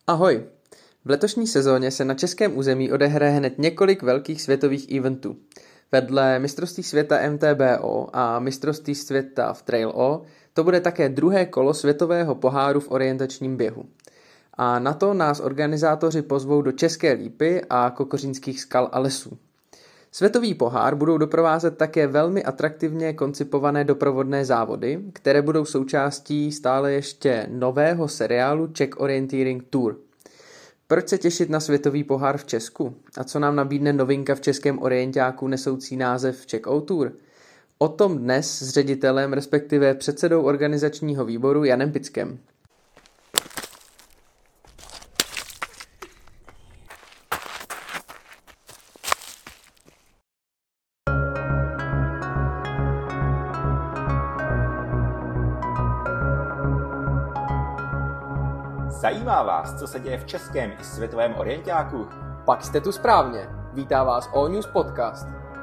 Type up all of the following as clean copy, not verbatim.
Ahoj! V letošní sezóně se na českém území odehraje hned několik velkých světových eventů. Vedle mistrovství světa MTBO a mistrovství světa v Trail O to bude také druhé kolo světového poháru v orientačním běhu. A na to nás organizátoři pozvou do České Lípy a Kokořínských skal a lesů. Světový pohár budou doprovázet také velmi atraktivně koncipované doprovodné závody, které budou součástí stále ještě nového seriálu Czech Orienteering Tour. Proč se těšit na světový pohár v Česku? A co nám nabídne novinka v českém orientáku nesoucí název Czech O Tour? O tom dnes s ředitelem, respektive předsedou organizačního výboru Janem Pickem. Zajímá vás, co se děje v českém i světovém orientáku? Pak jste tu správně. Vítá vás All News Podcast.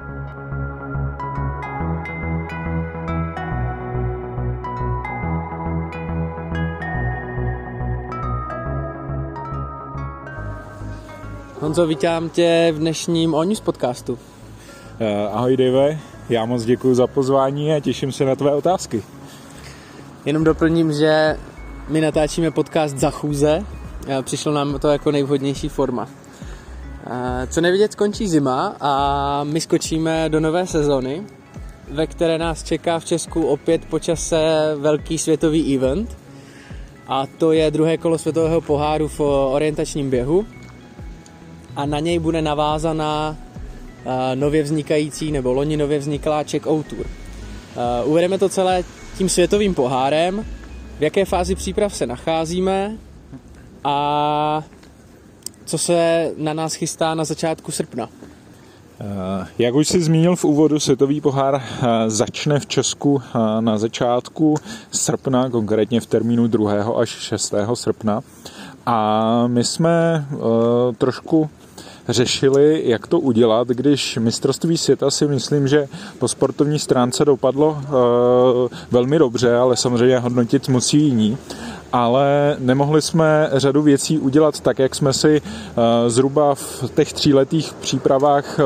Honzo, vítám tě v dnešním All News Podcastu. Ahoj Dave, já moc děkuji za pozvání a těším se na tvé otázky. Jenom doplním, že my natáčíme podcast za chůze. Přišlo nám to jako nejvhodnější forma. Co nevidět, skončí zima a my skočíme do nové sezony, ve které nás čeká v Česku opět po čase velký světový event. A to je druhé kolo světového poháru v orientačním běhu. A na něj bude navázaná nově vznikající nebo loni nově vzniklá Czech O Tour. Uvedeme to celé tím světovým pohárem, v jaké fázi příprav se nacházíme a co se na nás chystá na začátku srpna. Jak už jsi zmínil v úvodu, světový pohár začne v Česku na začátku srpna, konkrétně v termínu 2. až 6. srpna. A my jsme trošku řešili, jak to udělat, když mistrovství světa si myslím, že po sportovní stránce dopadlo velmi dobře, ale samozřejmě hodnotit musí jiní. Ale nemohli jsme řadu věcí udělat tak, jak jsme si zhruba v těch 3letých přípravách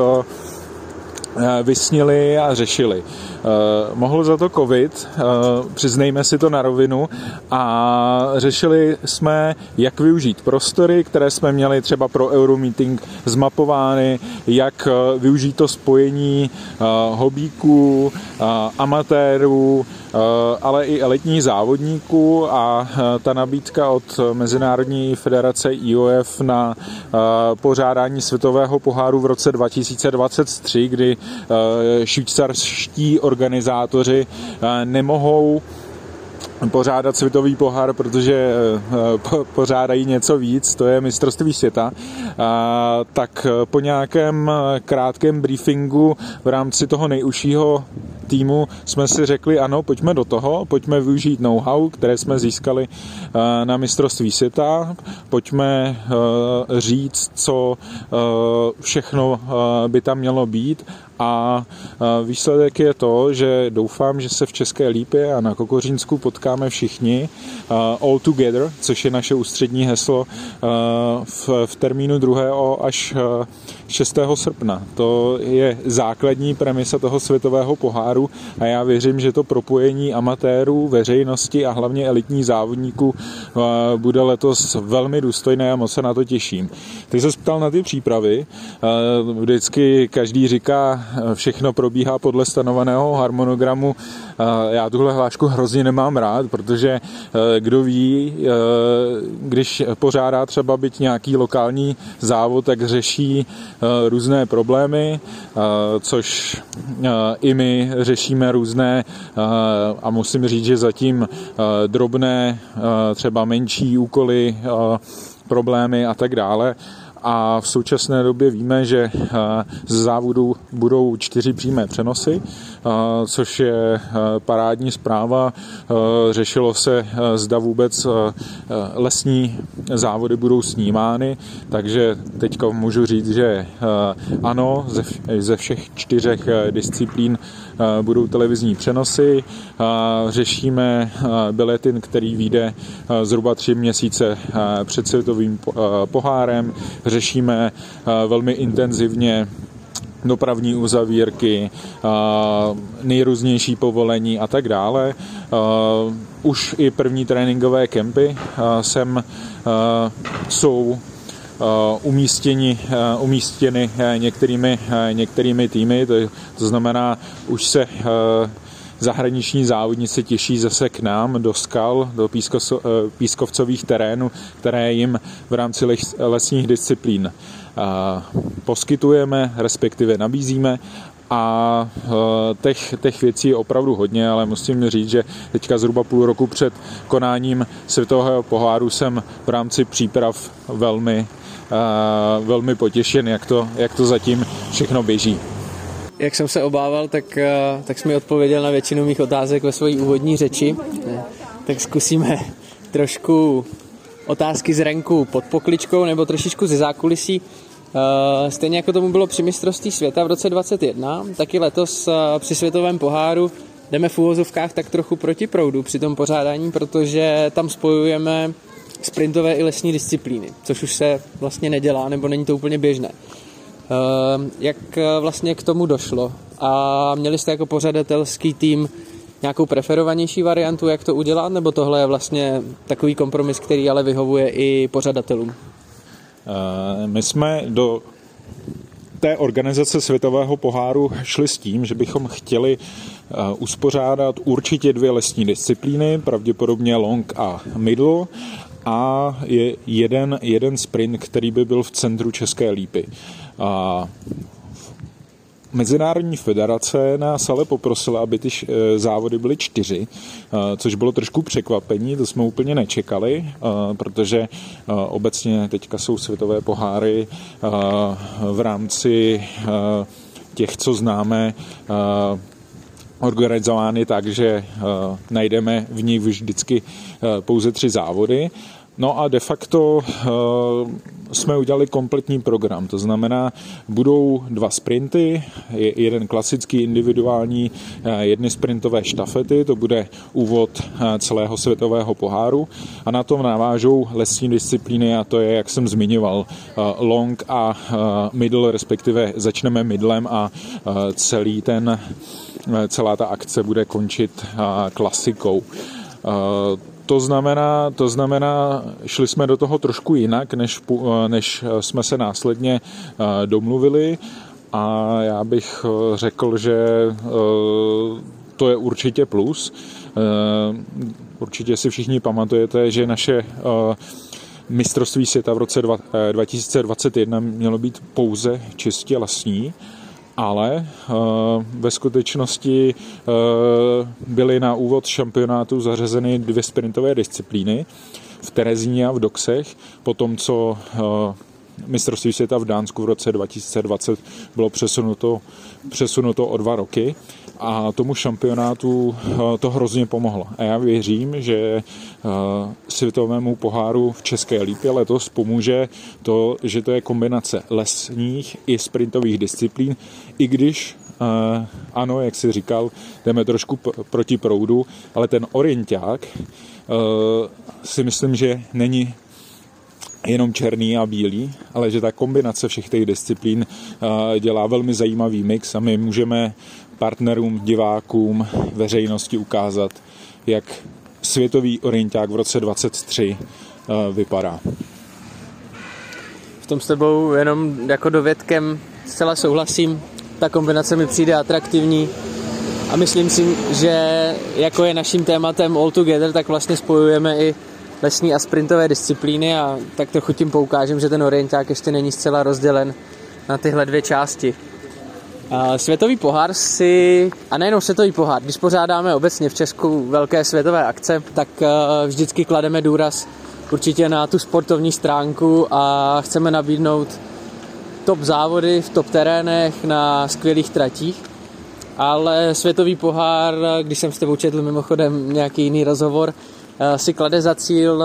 vysnili a řešili. Mohl za to covid, přiznejme si to na rovinu, a řešili jsme, jak využít prostory, které jsme měli třeba pro Euromeeting zmapovány, jak využít to spojení hobíků, amatérů, ale i elitních závodníků, a ta nabídka od Mezinárodní federace IOF na pořádání světového poháru v roce 2023, kdy švýcarští organizátoři nemohou pořádat světový pohár, protože pořádají něco víc, to je mistrovství světa, tak po nějakém krátkém briefingu v rámci toho nejužšího týmu jsme si řekli, ano, pojďme do toho, pojďme využít know-how, které jsme získali na mistrovství světa, pojďme říct, co všechno by tam mělo být. A výsledek je to, že doufám, že se v České Lípě a na Kokořínsku potkáme všichni all together, což je naše ústřední heslo v termínu 2. až 6. srpna. To je základní premisa toho světového poháru a já věřím, že to propojení amatérů, veřejnosti a hlavně elitních závodníků bude letos velmi důstojné a moc se na to těším. Ty se ptal na ty přípravy. Vždycky každý říká, všechno probíhá podle stanoveného harmonogramu. Já tuhle hlášku hrozně nemám rád, protože kdo ví, když pořádá třeba byť nějaký lokální závod, tak řeší různé problémy, což i my řešíme různé, a musím říct, že zatím drobné, třeba menší úkoly, problémy a tak dále. A v současné době víme, že z závodu budou 4 přímé přenosy, což je parádní zpráva. Řešilo se, zda vůbec lesní závody budou snímány, takže teďka můžu říct, že ano, ze všech 4 disciplín budou televizní přenosy, řešíme biletin, který vyjde zhruba 3 měsíce před světovým pohárem, řešíme velmi intenzivně dopravní uzavírky, nejrůznější povolení a tak dále. Už i první tréninkové kempy jsou umístěny některými týmy, to znamená, už se zahraniční závodníci těší zase k nám do skal, do pískovcových terénů, které jim v rámci lesních disciplín poskytujeme, respektive nabízíme. A těch věcí je opravdu hodně, ale musím říct, že teďka zhruba půl roku před konáním světového poháru jsem v rámci příprav velmi potěšen, jak to zatím všechno běží. Jak jsem se obával, tak jsi mi odpověděl na většinu mých otázek ve své úvodní řeči. Tak zkusíme trošku otázky z renku pod pokličkou nebo trošičku ze zákulisí. Stejně jako tomu bylo při mistrovství světa v roce 2021, taky letos při světovém poháru jdeme v úvozovkách tak trochu proti proudu při tom pořádání, protože tam spojujeme sprintové i lesní disciplíny, což už se vlastně nedělá, nebo není to úplně běžné. Jak vlastně k tomu došlo? A měli jste jako pořadatelský tým nějakou preferovanější variantu, jak to udělat, nebo tohle je vlastně takový kompromis, který ale vyhovuje i pořadatelům? My jsme do té organizace světového poháru šli s tím, že bychom chtěli uspořádat určitě 2 lesní disciplíny, pravděpodobně long a middle, a je jeden sprint, který by byl v centru České Lípy. Mezinárodní federace nás ale poprosila, aby ty závody byly 4, což bylo trošku překvapení, to jsme úplně nečekali, protože obecně teďka jsou světové poháry v rámci těch, co známe, organizovány tak, že najdeme v nich vždycky pouze 3 závody. No a de facto jsme udělali kompletní program, to znamená, budou 2 sprinty, jeden klasický individuální, 1 sprintové štafety, to bude úvod celého světového poháru a na tom navážou lesní disciplíny a to je, jak jsem zmiňoval, long a middle, respektive začneme middlem a celá ta akce bude končit klasikou. To znamená, šli jsme do toho trošku jinak, než jsme se následně domluvili a já bych řekl, že to je určitě plus. Určitě si všichni pamatujete, že naše mistrovství světa v roce 2021 mělo být pouze čistě lesní, ale ve skutečnosti byly na úvod šampionátu zařazeny 2 sprintové disciplíny v Terezíně a v Doxech, potom co mistrovství světa v Dánsku v roce 2020 bylo přesunuto o 2 roky a tomu šampionátu to hrozně pomohlo. A já věřím, že světovému poháru v České Lípě letos pomůže to, že to je kombinace lesních i sprintových disciplín, i když ano, jak jsi říkal, jdeme trošku proti proudu, ale ten orienták si myslím, že není jenom černý a bílý, ale že ta kombinace všech těch disciplín dělá velmi zajímavý mix a my můžeme partnerům, divákům, veřejnosti ukázat, jak světový orienták v roce 2023 vypadá. V tom s tebou jenom jako dovědkem zcela souhlasím. Ta kombinace mi přijde atraktivní a myslím si, že jako je naším tématem All Together, tak vlastně spojujeme i lesní a sprintové disciplíny a tak trochu tím poukážem, že ten orienták ještě není zcela rozdělen na tyhle 2 části. Světový pohár a nejenom světový pohár, když pořádáme obecně v Česku velké světové akce, tak vždycky klademe důraz určitě na tu sportovní stránku a chceme nabídnout top závody v top terénech na skvělých tratích. Ale světový pohár, když jsem s tebou četl mimochodem nějaký jiný rozhovor, si klade za cíl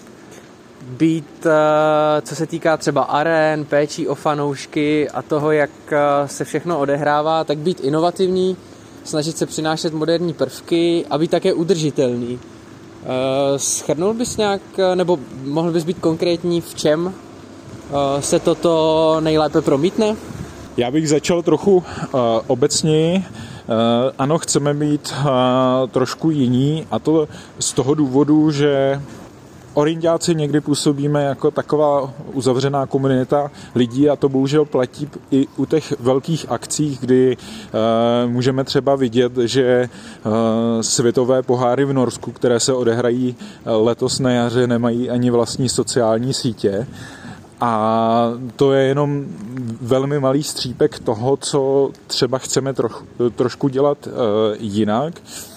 být, co se týká třeba arén, péčí o fanoušky a toho, jak se všechno odehrává, tak být inovativní snažit se přinášet moderní prvky a být také udržitelný. Shrnul bys nějak, nebo mohl bys být konkrétní, v čem se toto nejlépe promítne? Já bych začal trochu obecněji. Ano, chceme být trošku jiní, a to z toho důvodu, že orientáci někdy působíme jako taková uzavřená komunita lidí a to bohužel platí i u těch velkých akcích, kdy můžeme třeba vidět, že světové poháry v Norsku, které se odehrají letos na jaře, nemají ani vlastní sociální sítě. A to je jenom velmi malý střípek toho, co třeba chceme trošku dělat jinak.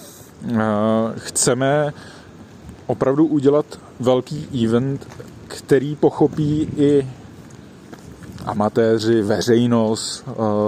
Chceme opravdu udělat velký event, který pochopí i amatéři, veřejnost,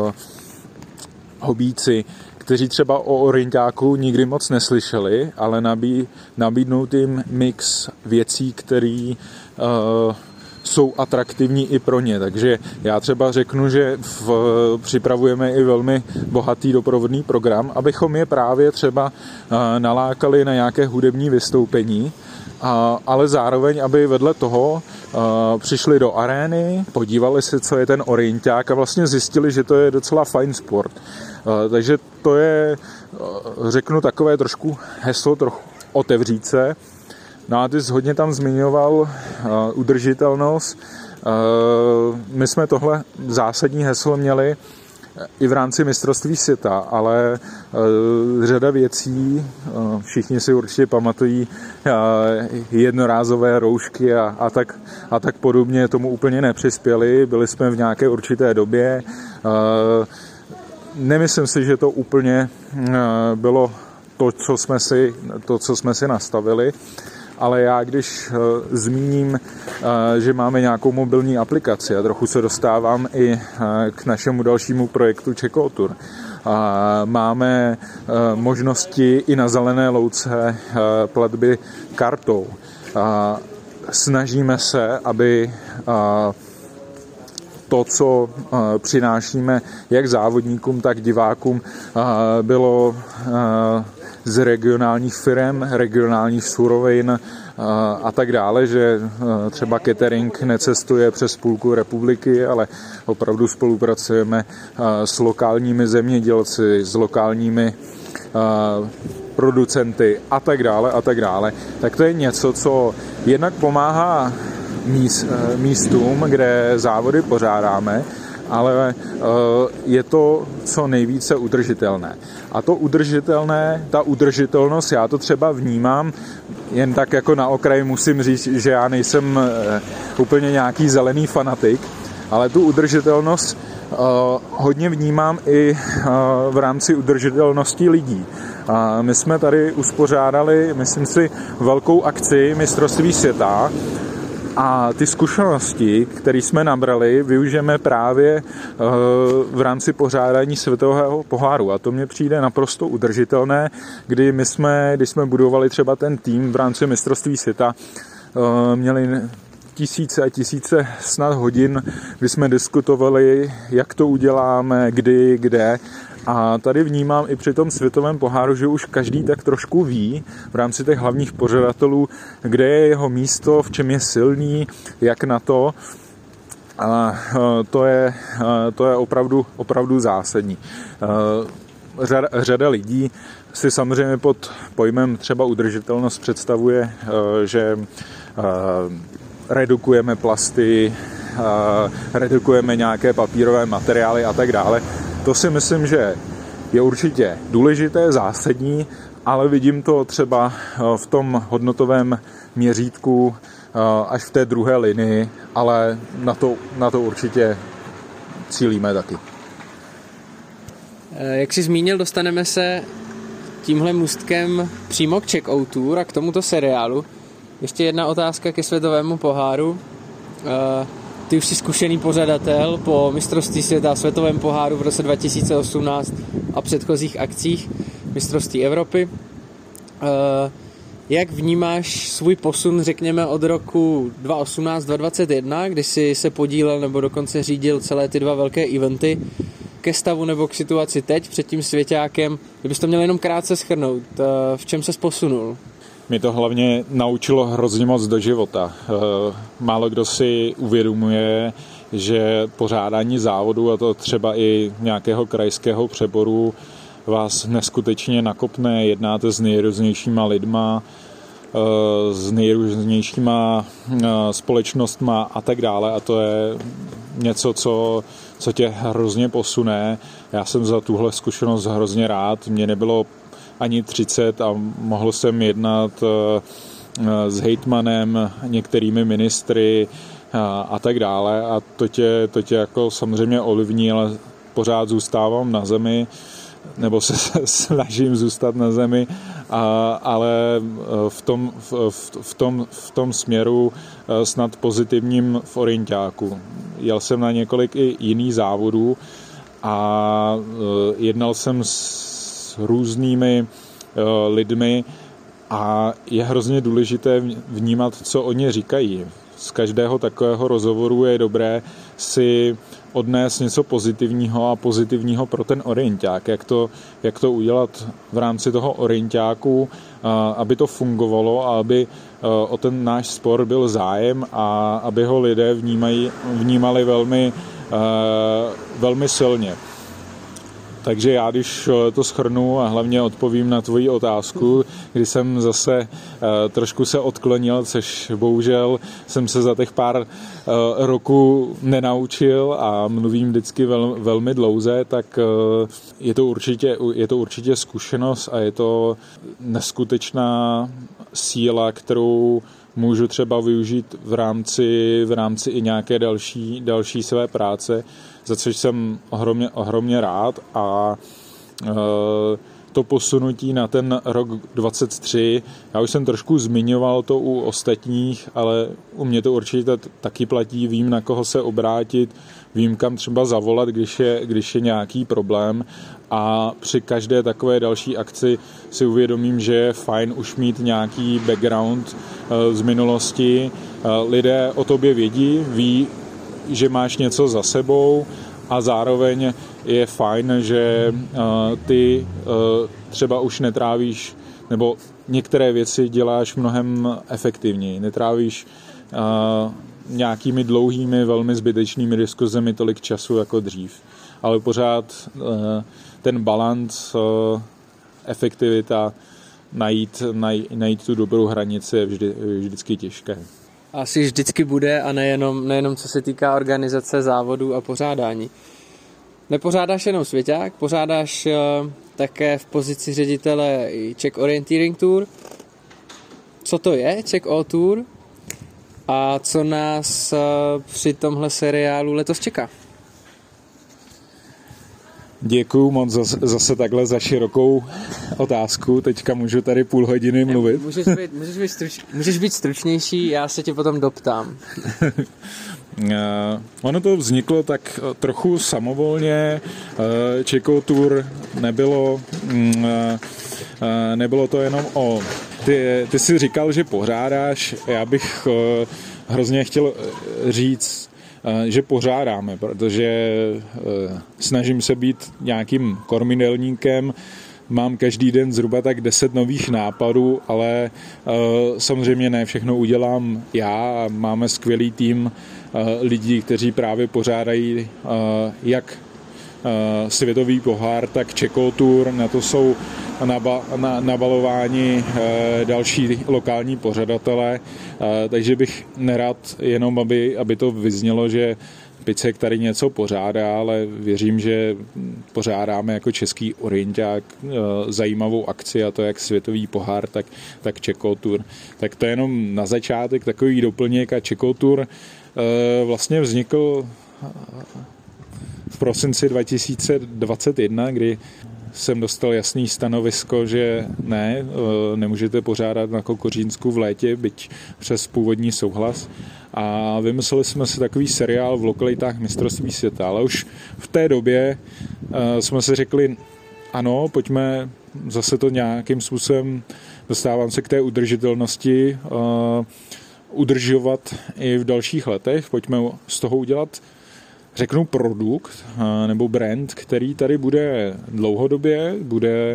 hobíci, kteří třeba o orientáku nikdy moc neslyšeli, ale nabídnout jim mix věcí, které jsou atraktivní i pro ně. Takže já třeba řeknu, že připravujeme i velmi bohatý doprovodný program, abychom je právě třeba nalákali na nějaké hudební vystoupení, ale zároveň, aby vedle toho přišli do arény, podívali se, co je ten orienták a vlastně zjistili, že to je docela fajn sport. Takže to je, řeknu, takové trošku heslo, trochu otevřít se. No a ty jsi hodně tam zmiňoval udržitelnost. My jsme tohle zásadní heslo měli i v rámci mistrovství světa, ale řada věcí, všichni si určitě pamatují jednorázové roušky a tak podobně, tomu úplně nepřispěli. Byli jsme v nějaké určité době. Nemyslím si, že to úplně bylo to, co jsme si nastavili. Ale já, když zmíním, že máme nějakou mobilní aplikaci a trochu se dostávám i k našemu dalšímu projektu Čekotur, máme možnosti i na zelené louce platby kartou. Snažíme se, aby to, co přinášíme jak závodníkům, tak divákům, bylo z regionálních firem, regionálních surovin a tak dále, že třeba catering necestuje přes půlku republiky, ale opravdu spolupracujeme s lokálními zemědělci, s lokálními producenty a tak dále a tak dále. Tak to je něco, co jednak pomáhá místům, kde závody pořádáme, ale je to co nejvíce udržitelné. A ta udržitelnost, já to třeba vnímám, jen tak jako na okraji musím říct, že já nejsem úplně nějaký zelený fanatik, ale tu udržitelnost hodně vnímám i v rámci udržitelnosti lidí. My jsme tady uspořádali, myslím si, velkou akci mistrovství světa, a ty zkušenosti, které jsme nabrali, využijeme právě v rámci pořádání světového poháru. A to mně přijde naprosto udržitelné, když jsme budovali třeba ten tým v rámci mistrovství světa, měli tisíce a tisíce snad hodin, kdy jsme diskutovali, jak to uděláme, kdy, kde. A tady vnímám i při tom světovém poháru, že už každý tak trošku ví v rámci těch hlavních pořadatelů, kde je jeho místo, v čem je silný, jak na to. A to je opravdu zásadní. Řada lidí si samozřejmě pod pojmem třeba udržitelnost představuje, že redukujeme plasty, redukujeme nějaké papírové materiály a tak dále. To si myslím, že je určitě důležité, zásadní, ale vidím to třeba v tom hodnotovém měřítku až v té druhé linii, ale na to určitě cílíme taky. Jak jsi zmínil, dostaneme se tímhle můstkem přímo k Checkoutu a k tomuto seriálu. Ještě jedna otázka ke světovému poháru. Ty už jsi zkušený pořadatel po mistrovství světa a světovém poháru v roce 2018 a předchozích akcích mistrovství Evropy. Jak vnímáš svůj posun, řekněme, od roku 2018-2021, kdy jsi se podílel nebo dokonce řídil celé ty dva velké eventy? ke stavu nebo k situaci teď před tím svěťákem, kdybys to měl jenom krátce shrnout, v čem ses posunul? Mě to hlavně naučilo hrozně moc do života. Málo kdo si uvědomuje, že pořádání závodu, a to třeba i nějakého krajského přeboru, vás neskutečně nakopne, jednáte s nejrůznějšíma lidma, s nejrůznějšíma společnostma a tak dále, a to je něco, co tě hrozně posune. Já jsem za tuhle zkušenost hrozně rád. Mně nebylo ani 30 a mohl jsem jednat s hejtmanem, některými ministry a tak dále, a to tě jako samozřejmě ovlivní, ale pořád zůstávám na zemi, nebo se snažím zůstat na zemi, ale v tom směru snad pozitivním v orientáku. Jel jsem na několik i jiných závodů a jednal jsem s různými lidmi a je hrozně důležité vnímat, co oni říkají. Z každého takového rozhovoru je dobré si odnést něco pozitivního a pozitivního pro ten orienták. Jak to udělat v rámci toho orientáku, aby to fungovalo a aby o ten náš sport byl zájem a aby ho lidé vnímali velmi, velmi silně. Takže já, když to shrnu a hlavně odpovím na tvoji otázku, kdy jsem zase trošku se odklonil, což bohužel jsem se za těch pár roků nenaučil a mluvím vždycky velmi dlouze, tak je to určitě zkušenost a je to neskutečná síla, kterou můžu třeba využít v rámci i nějaké další své práce, za což jsem ohromně rád, a to posunutí na ten rok 23, já už jsem trošku zmiňoval to u ostatních, ale u mě to určitě taky platí, vím, na koho se obrátit, vím, kam třeba zavolat, když je nějaký problém, a při každé takové další akci si uvědomím, že je fajn už mít nějaký background z minulosti. Lidé o tobě ví, že máš něco za sebou, a zároveň je fajn, že ty třeba už netrávíš, nebo některé věci děláš mnohem efektivněji. Netrávíš nějakými dlouhými, velmi zbytečnými diskuzemi tolik času jako dřív. Ale pořád ten balanc, efektivita, najít tu dobrou hranici je vždycky těžké. Asi vždycky bude, a nejenom co se týká organizace závodů a pořádání. Nepořádáš jenom svěťák, pořádáš také v pozici ředitele Czech Orienteering Tour. Co to je Czech O Tour a co nás při tomhle seriálu letos čeká? Děkuju moc zase takhle za širokou otázku. Teďka můžu tady půl hodiny mluvit. Můžeš být stručnější, já se tě potom doptám. Ono to vzniklo tak trochu samovolně. Czech Tour nebylo to jenom o... Ty jsi říkal, že pořádáš. Já bych hrozně chtěl říct, že pořádáme, protože snažím se být nějakým kormidelníkem, mám každý den zhruba tak 10 nových nápadů, ale samozřejmě ne všechno udělám já. Máme skvělý tým lidí, kteří právě pořádají jak světový pohár, tak Czech Tour, na to jsou nabalováni další lokální pořadatelé, takže bych nerad jenom, aby to vyznělo, že Picek tady něco pořádá, ale věřím, že pořádáme jako český orienták zajímavou akci, a to jak světový pohár, tak Czech Tour. Tak to je jenom na začátek takový doplněk, a Czech Tour vlastně vznikl v prosinci 2021, kdy jsem dostal jasný stanovisko, že nemůžete pořádat na Kokořínsku v létě, byť přes původní souhlas. A vymysleli jsme si takový seriál v lokalitách mistrovství světa, ale už v té době jsme si řekli, ano, pojďme zase to nějakým způsobem, dostávám se k té udržitelnosti, udržovat i v dalších letech, pojďme z toho udělat řeknu, produkt nebo brand, který tady bude dlouhodobě, bude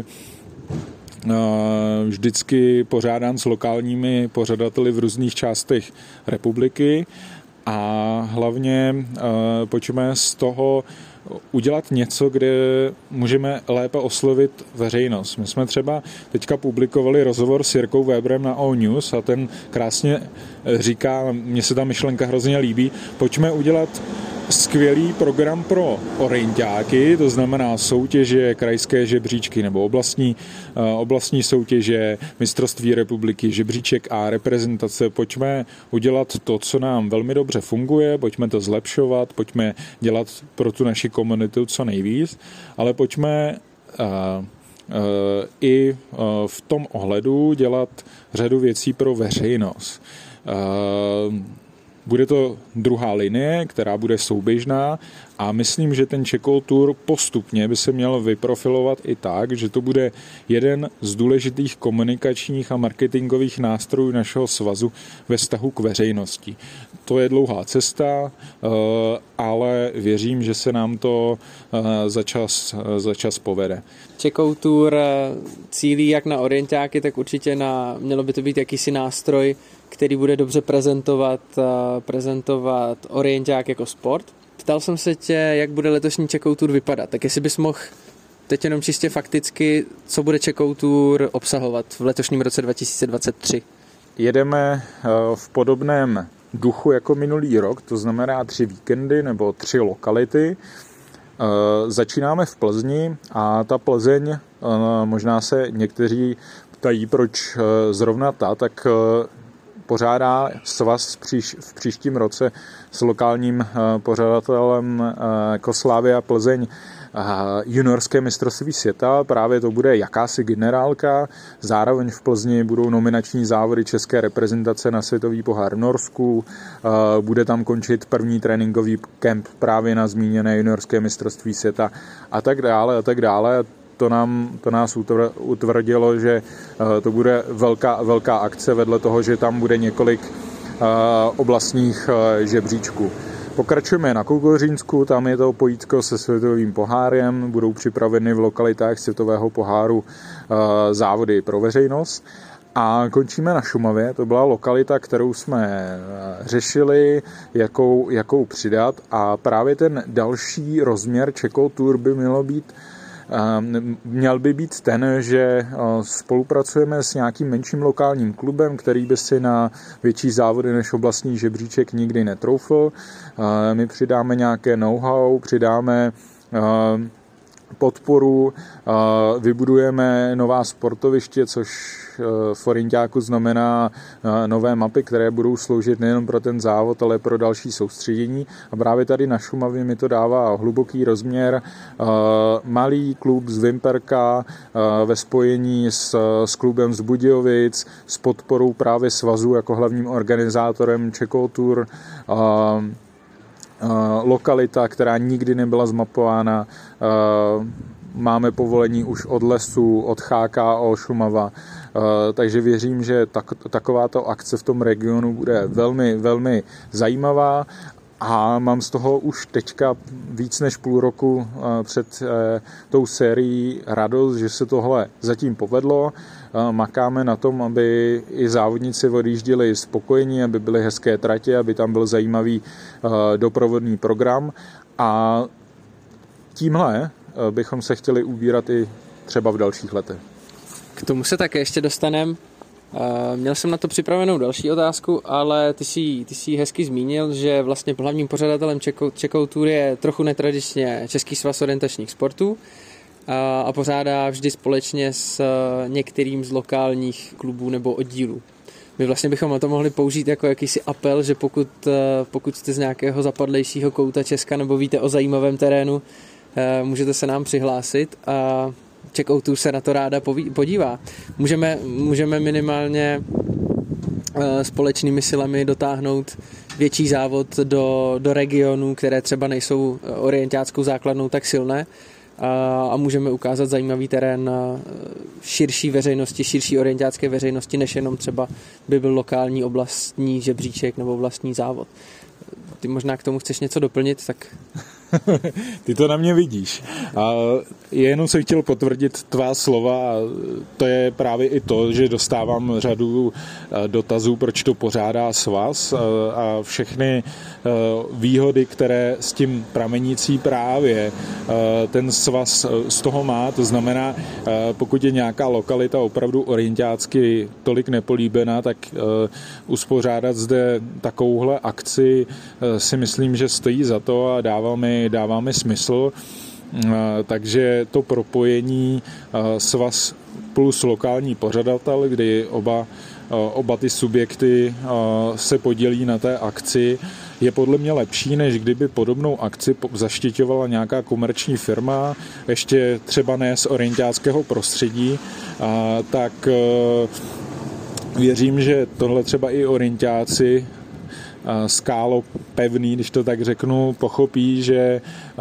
vždycky pořádán s lokálními pořadateli v různých částech republiky a hlavně pojďme z toho udělat něco, kde můžeme lépe oslovit veřejnost. My jsme třeba teďka publikovali rozhovor s Jirkou Weberem na O News a ten krásně říká, mně se ta myšlenka hrozně líbí, pojďme udělat skvělý program pro orientáky, to znamená soutěže, krajské žebříčky nebo oblastní soutěže, mistrovství republiky, žebříček a reprezentace. Pojďme udělat to, co nám velmi dobře funguje, pojďme to zlepšovat, pojďme dělat pro tu naši komunitu co nejvíc, ale pojďme i v tom ohledu dělat řadu věcí pro veřejnost. Bude to druhá linie, která bude souběžná a myslím, že ten Čekol Tour postupně by se měl vyprofilovat i tak, že to bude jeden z důležitých komunikačních a marketingových nástrojů našeho svazu ve vztahu k veřejnosti. To je dlouhá cesta, ale věřím, že se nám to za čas povede. Čekol Tour cílí jak na orientáky, tak určitě mělo by to být jakýsi nástroj, který bude dobře prezentovat orienták jako sport. Ptal jsem se tě, jak bude letošní Čekol Tour vypadat, tak jestli bys mohl teď jenom čistě fakticky, co bude Čekol Tour obsahovat v letošním roce 2023. Jedeme v podobném duchu jako minulý rok, to znamená 3 víkendy nebo 3 lokality. Začínáme v Plzni a ta Plzeň, možná se někteří ptají, proč zrovna tak pořádá svaz v příštím roce s lokálním pořadatelem Slavia Plzeň juniorské mistrovství světa. Právě to bude jakási generálka. Zároveň v Plzni budou nominační závody české reprezentace na světový pohár v Norsku. Bude tam končit první tréninkový kemp právě na zmíněné juniorské mistrovství světa a tak dále a tak dále. To nás utvrdilo, že to bude velká akce vedle toho, že tam bude několik oblastních žebříčků. Pokračujeme na Kokořínsku, tam je to pojítko se světovým pohárem, budou připraveny v lokalitách světového poháru závody pro veřejnost. A končíme na Šumavě, to byla lokalita, kterou jsme řešili, jakou přidat a právě ten další rozměr Čekol Tour by měl by být ten, že spolupracujeme s nějakým menším lokálním klubem, který by si na větší závody než oblastní žebříček nikdy netroufl. My přidáme nějaké know-how, přidáme podporu, vybudujeme nová sportoviště, což v orientáku znamená nové mapy, které budou sloužit nejen pro ten závod, ale pro další soustředění. A právě tady na Šumavě mi to dává hluboký rozměr. Malý klub z Vimperka ve spojení s klubem z Budějovic, s podporou právě svazu jako hlavním organizátorem Čekol Tour, lokalita, která nikdy nebyla zmapována. Máme povolení už od lesu, od HKO Šumava, takže věřím, že takováto akce v tom regionu bude velmi, velmi zajímavá a mám z toho už teďka víc než půl roku před tou sérií radost, že se tohle zatím povedlo. Makáme na tom, aby i závodníci odjížděli spokojení, aby byly hezké tratě, aby tam byl zajímavý doprovodný program a tímhle bychom se chtěli ubírat i třeba v dalších letech. K tomu se také ještě dostaneme. Měl jsem na to připravenou další otázku, ale ty jsi hezky zmínil, že vlastně hlavním pořadatelem Čekol Tour je trochu netradičně Český svaz orientačních sportů a pořádá vždy společně s některým z lokálních klubů nebo oddílů. My vlastně bychom na to mohli použít jako jakýsi apel, že pokud jste z nějakého zapadlejšího kouta Česka nebo víte o zajímavém terénu, můžete se nám přihlásit a Čekol Tour se na to ráda podívá. Můžeme minimálně společnými silami dotáhnout větší závod do regionů, které třeba nejsou orientáckou základnou tak silné a můžeme ukázat zajímavý terén širší veřejnosti, širší orientácké veřejnosti, než jenom třeba by byl lokální oblastní žebříček nebo vlastní závod. ty možná k tomu chceš něco doplnit, tak... Ty to na mě vidíš. A jenom jsem chtěl potvrdit tvá slova. To je právě i to, že dostávám řadu dotazů, proč to pořádá svaz a všechny výhody, které s tím pramenící právě ten svaz z toho má. To znamená, pokud je nějaká lokalita opravdu orientácky tolik nepolíbená, tak uspořádat zde takovouhle akci si myslím, že stojí za to a dává mi smysl. Takže to propojení svaz plus lokální pořadatel, kdy oba ty subjekty se podělí na té akci, je podle mě lepší, než kdyby podobnou akci zaštiťovala nějaká komerční firma, ještě třeba ne z orientáckého prostředí, tak věřím, že tohle třeba i orientáci skálo pevný, když to tak řeknu, pochopí, že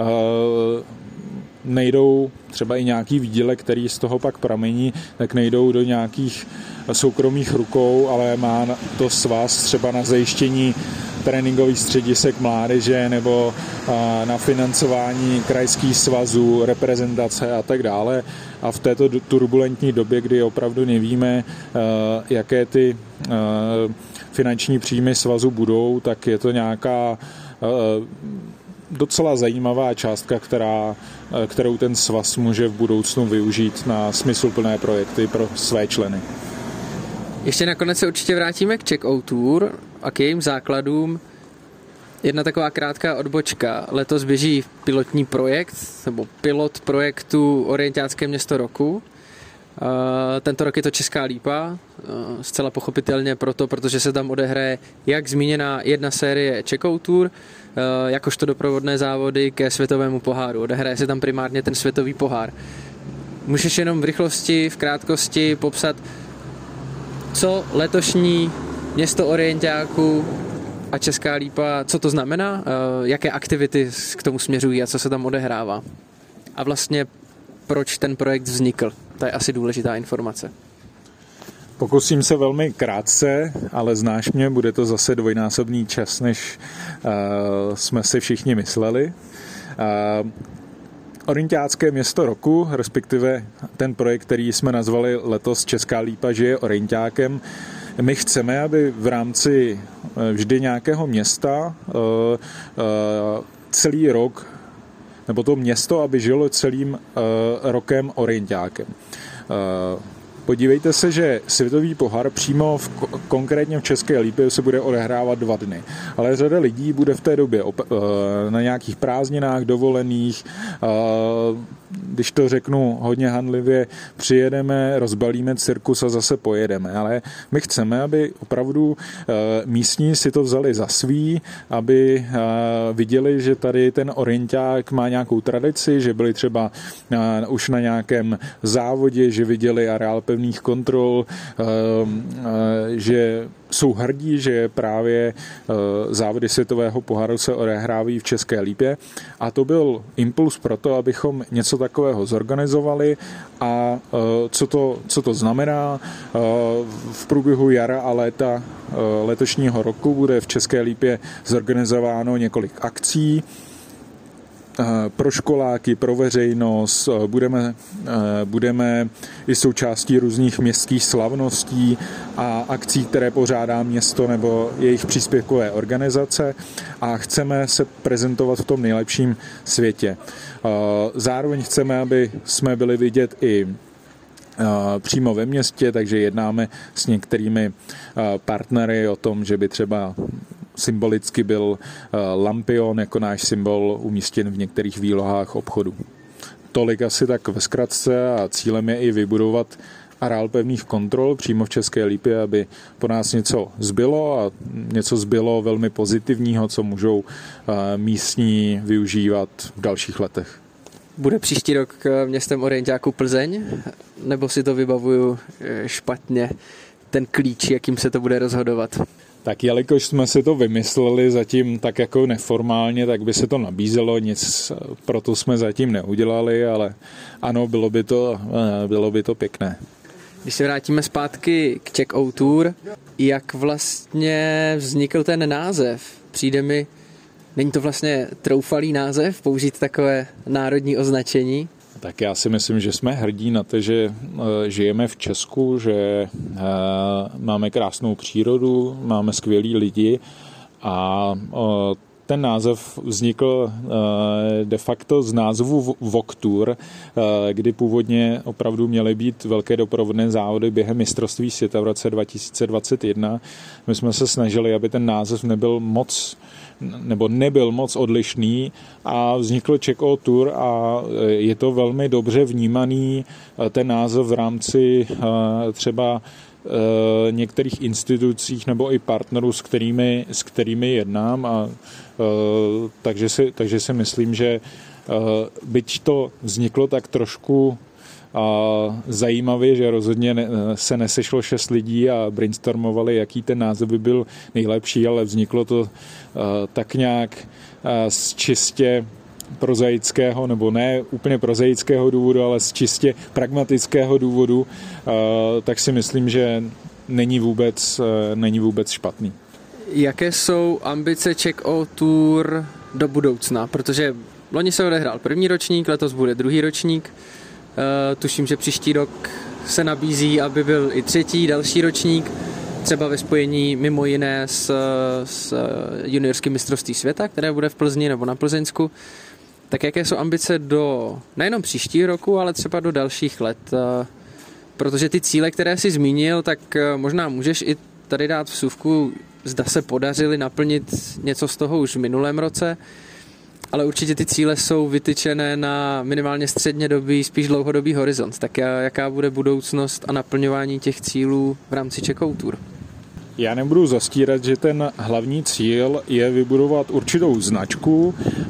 nejdou třeba i nějaký výdělek, který z toho pak pramení, tak nejdou do nějakých soukromých rukou, ale má to svaz třeba na zajištění tréninkových středisek mládeže nebo na financování krajských svazů, reprezentace a tak dále. A v této turbulentní době, kdy opravdu nevíme, jaké ty finanční příjmy svazu budou, tak je to nějaká docela zajímavá částka, kterou ten svaz může v budoucnu využít na smysluplné projekty pro své členy. Ještě nakonec se určitě vrátíme k Czech Tour a k jejím základům. Jedna taková krátká odbočka. Letos běží pilotní projekt, nebo pilot projektu Orientácké město roku. Tento rok je to Česká Lípa, zcela pochopitelně proto, protože se tam odehraje jak zmíněná jedna série Czech Tour, jakožto doprovodné závody ke světovému poháru. Odehraje se tam primárně ten světový pohár. Můžeš jenom v rychlosti, v krátkosti popsat, co letošní město orientáků a Česká Lípa, co to znamená, jaké aktivity k tomu směřují a co se tam odehrává. A vlastně proč ten projekt vznikl. To je asi důležitá informace. Pokusím se velmi krátce, ale znáš mě, bude to zase dvojnásobný čas, než jsme si všichni mysleli. Orientácké město roku, respektive ten projekt, který jsme nazvali letos Česká Lípa žije orientákem. My chceme, aby v rámci vždy nějakého města celý rok, nebo to město, aby žilo celým rokem orientákem. Podívejte se, že světový pohár přímo konkrétně v České Lípě se bude odehrávat 2 dny. Ale řada lidí bude v té době na nějakých prázdninách, dovolených. Když to řeknu hodně handlivě, přijedeme, rozbalíme cirkus a zase pojedeme. Ale my chceme, aby opravdu místní si to vzali za svý, aby viděli, že tady ten orienták má nějakou tradici, že byli třeba už na nějakém závodě, že viděli areál pevných kontrol, že jsou hrdí, že právě závody světového poháru se odehrávají v České Lípě a to byl impuls pro to, abychom něco takového zorganizovali a co to znamená. V průběhu jara a léta letošního roku bude v České Lípě zorganizováno několik akcí pro školáky, pro veřejnost, budeme i součástí různých městských slavností a akcí, které pořádá město nebo jejich příspěvkové organizace a chceme se prezentovat v tom nejlepším světě. Zároveň chceme, aby jsme byli vidět i přímo ve městě, takže jednáme s některými partnery o tom, že by třeba symbolicky byl lampion jako náš symbol umístěn v některých výlohách obchodu. Tolik asi tak ve zkratce a cílem je i vybudovat areál pevných kontrol přímo v České Lípě, aby po nás něco zbylo a něco zbylo velmi pozitivního, co můžou místní využívat v dalších letech. Bude příští rok městem orientáků Plzeň? Nebo si to vybavuju špatně, ten klíč, jakým se to bude rozhodovat? Tak jelikož jsme si to vymysleli zatím tak jako neformálně, tak by se to nabízelo, nic proto jsme zatím neudělali, ale ano, bylo by to pěkné. Když se vrátíme zpátky k Czech Tour, jak vlastně vznikl ten název přijde mi, není to vlastně troufalý název použít takové národní označení? Tak já si myslím, že jsme hrdí na to, že žijeme v Česku, že máme krásnou přírodu, máme skvělí lidi a ten název vznikl de facto z názvu Voktur, kdy původně opravdu měly být velké doprovodné závody během mistrovství světa v roce 2021. My jsme se snažili, aby ten název nebyl moc odlišný a vznikl Czech O Tour a je to velmi dobře vnímaný ten název v rámci třeba některých institucích nebo i partnerů, s kterými jednám a takže si myslím, že byť to vzniklo tak trošku zajímavě, že rozhodně se nesešlo 6 lidí a brainstormovali, jaký ten název by byl nejlepší, ale vzniklo to tak nějak z čistě prozaického, nebo ne úplně prozaického důvodu, ale z čistě pragmatického důvodu, tak si myslím, že není vůbec špatný. Jaké jsou ambice Czech O Tour do budoucna? Protože loni se odehrál první ročník, letos bude druhý ročník. Tuším, že příští rok se nabízí, aby byl i třetí, další ročník, třeba ve spojení mimo jiné s juniorským mistrovství světa, které bude v Plzni nebo na Plzeňsku. Tak jaké jsou ambice do nejenom příští roku, ale třeba do dalších let? Protože ty cíle, které jsi zmínil, tak možná můžeš i tady dát vsuvku, zda se podařili naplnit něco z toho už v minulém roce, ale určitě ty cíle jsou vytyčené na minimálně střednědobý, spíš dlouhodobý horizont. Tak jaká bude budoucnost a naplňování těch cílů v rámci Czech O Tour? Já nebudu zastírat, že ten hlavní cíl je vybudovat určitou značku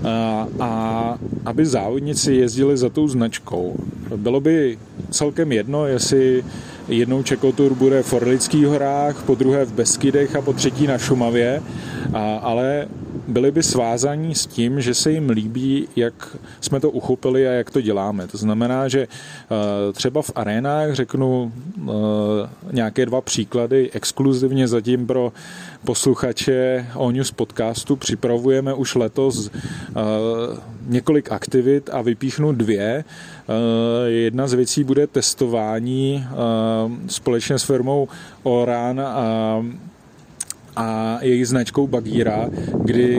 a aby závodníci jezdili za tou značkou. Bylo by celkem jedno, jestli jednou Czech O Tour bude v Orlických horách, po druhé v Beskydech a po třetí na Šumavě, ale byli by svázaní s tím, že se jim líbí, jak jsme to uchopili a jak to děláme. To znamená, že třeba v arénách řeknu nějaké 2 příklady exkluzivně zatím pro posluchače O-News podcastu. Připravujeme už letos několik aktivit a vypíchnu 2. Jedna z věcí bude testování společně s firmou Oran a jejich značkou Bagheera, kdy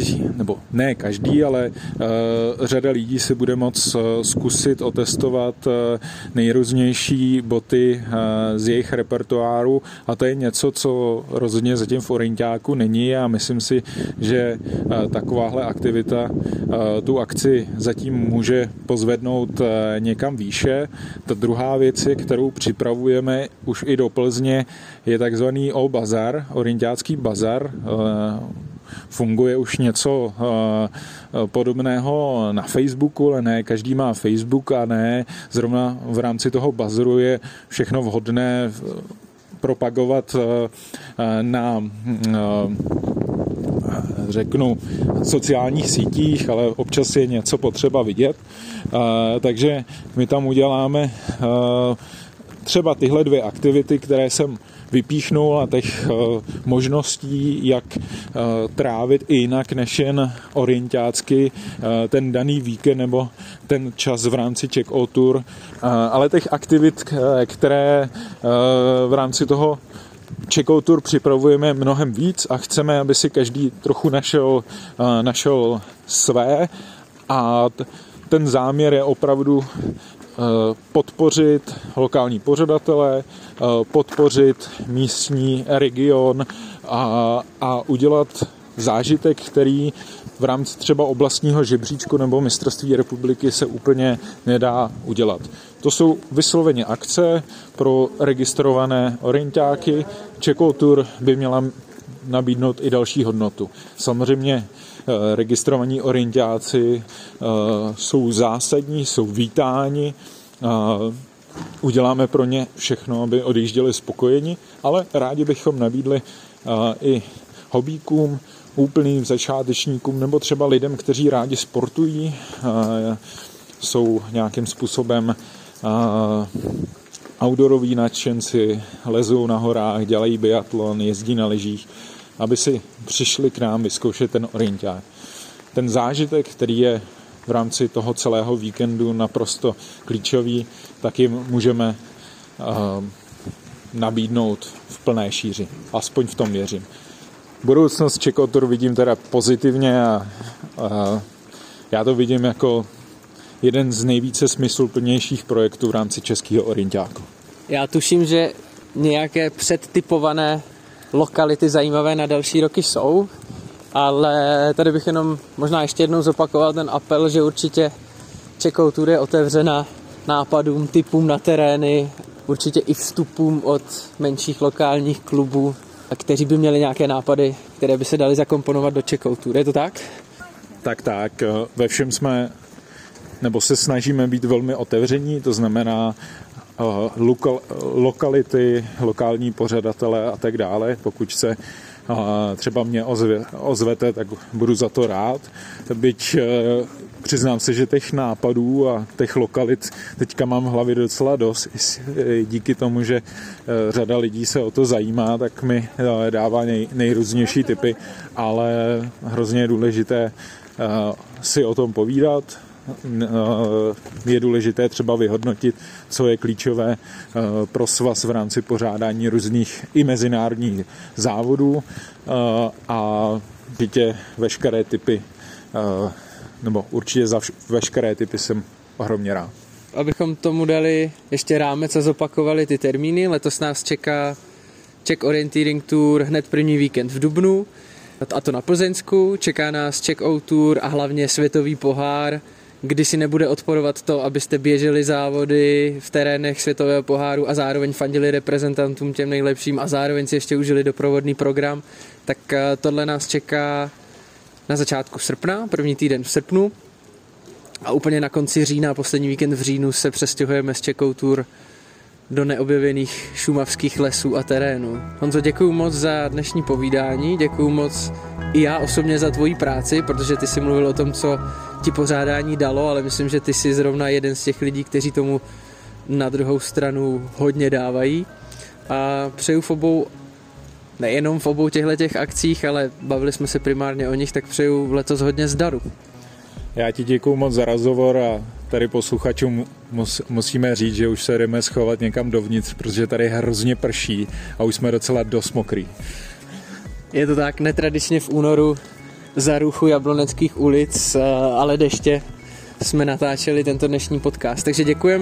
řada lidí si bude moct zkusit otestovat nejrůznější boty z jejich repertoáru a to je něco, co rozhodně zatím v orientáku není a myslím si, že takováhle aktivita tu akci zatím může pozvednout někam výše. Ta druhá věc, kterou připravujeme už i do Plzně, je takzvaný O-Bazar, orientácký bazar. Funguje už něco podobného na Facebooku, ale ne každý má Facebook a ne zrovna v rámci toho bazaru je všechno vhodné propagovat na řeknu sociálních sítích, ale občas je něco potřeba vidět. Takže my tam uděláme třeba tyhle 2 aktivity, které jsem vypíchnul a těch možností, jak trávit i jinak než jen orientácky ten daný víkend nebo ten čas v rámci Czech O Tour, ale těch aktivit, které v rámci toho Czech O Tour připravujeme mnohem víc a chceme, aby si každý trochu našel své a ten záměr je opravdu podpořit lokální pořadatele, podpořit místní region a udělat zážitek, který v rámci třeba oblastního žebříčku nebo mistrovství republiky se úplně nedá udělat. To jsou vysloveně akce pro registrované orientáky. Czech O Tour by měla nabídnout i další hodnotu. Samozřejmě registrovaní orientáci jsou zásadní, jsou vítáni, uděláme pro ně všechno, aby odjížděli spokojeni, ale rádi bychom nabídli i hobíkům, úplným začátečníkům nebo třeba lidem, kteří rádi sportují, jsou nějakým způsobem outdooroví nadšenci, lezou na horách, dělají biatlon, jezdí na lyžích, aby si přišli k nám vyzkoušet ten orienták. Ten zážitek, který je v rámci toho celého víkendu naprosto klíčový, tak jim můžeme nabídnout v plné šíři. Aspoň v tom věřím. Budoucnost Czech vidím teda pozitivně a já to vidím jako jeden z nejvíce smysluplnějších projektů v rámci českého orientáku. Já tuším, že nějaké předtypované lokality zajímavé na další roky jsou, ale tady bych jenom možná ještě jednou zopakoval ten apel, že určitě Czech Tour je otevřena nápadům, tipům na terény, určitě i vstupům od menších lokálních klubů, kteří by měli nějaké nápady, které by se daly zakomponovat do Czech Tour. Je to tak? Tak. Ve všem jsme, nebo se snažíme být velmi otevření, to znamená lokality, lokální pořadatele a tak dále. Pokud se třeba mě ozvete, tak budu za to rád. Byť přiznám se, že těch nápadů a těch lokalit teďka mám v hlavě docela dost. Díky tomu, že řada lidí se o to zajímá, tak mi dává nejrůznější tipy, ale hrozně je důležité si o tom povídat. Je důležité třeba vyhodnotit, co je klíčové pro svaz v rámci pořádání různých i mezinárodních závodů a určitě veškeré typy, nebo určitě za veškeré typy jsem ohromně rád. Abychom tomu dali ještě rámec a zopakovali ty termíny, letos nás čeká Czech Orienteering Tour hned první víkend v dubnu, a to na Plzeňsku, čeká nás Czech Tour a hlavně světový pohár, kdy si nebude odporovat to, abyste běželi závody v terénech světového poháru a zároveň fandili reprezentantům těm nejlepším a zároveň si ještě užili doprovodný program, tak tohle nás čeká na začátku srpna, první týden v srpnu a úplně na konci října, poslední víkend v říjnu se přestěhujeme z Czech Tour do neobjevených šumavských lesů a terénů. Honzo, děkuju moc za dnešní povídání, děkuju moc i já osobně za tvoji práci, protože ty jsi mluvil o tom, co ti pořádání dalo, ale myslím, že ty jsi zrovna jeden z těch lidí, kteří tomu na druhou stranu hodně dávají. A přeju nejenom v obou těchto akcích, ale bavili jsme se primárně o nich, tak přeju letos hodně zdaru. Já ti děkuju moc za rozhovor a tady posluchačům musíme říct, že už se jdeme schovat někam dovnitř, protože tady hrozně prší a už jsme docela dost mokrý. Je to tak, netradičně v únoru za ruchu Jabloneckých ulic, ale deště jsme natáčeli tento dnešní podcast. Takže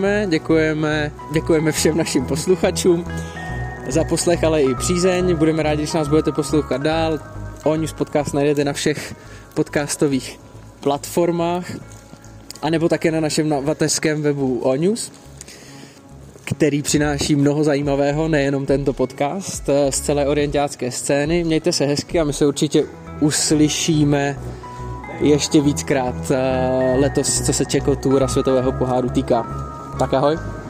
děkujeme všem našim posluchačům za poslech, ale i přízeň. Budeme rádi, když nás budete poslouchat dál. ONews podcast najdete na všech podcastových platformách, anebo také na našem mateřském webu ONews, který přináší mnoho zajímavého, nejenom tento podcast z celé orientácké scény. Mějte se hezky a my se určitě uslyšíme ještě víckrát letos, co se Czech Tour a světového poháru týká. Tak ahoj.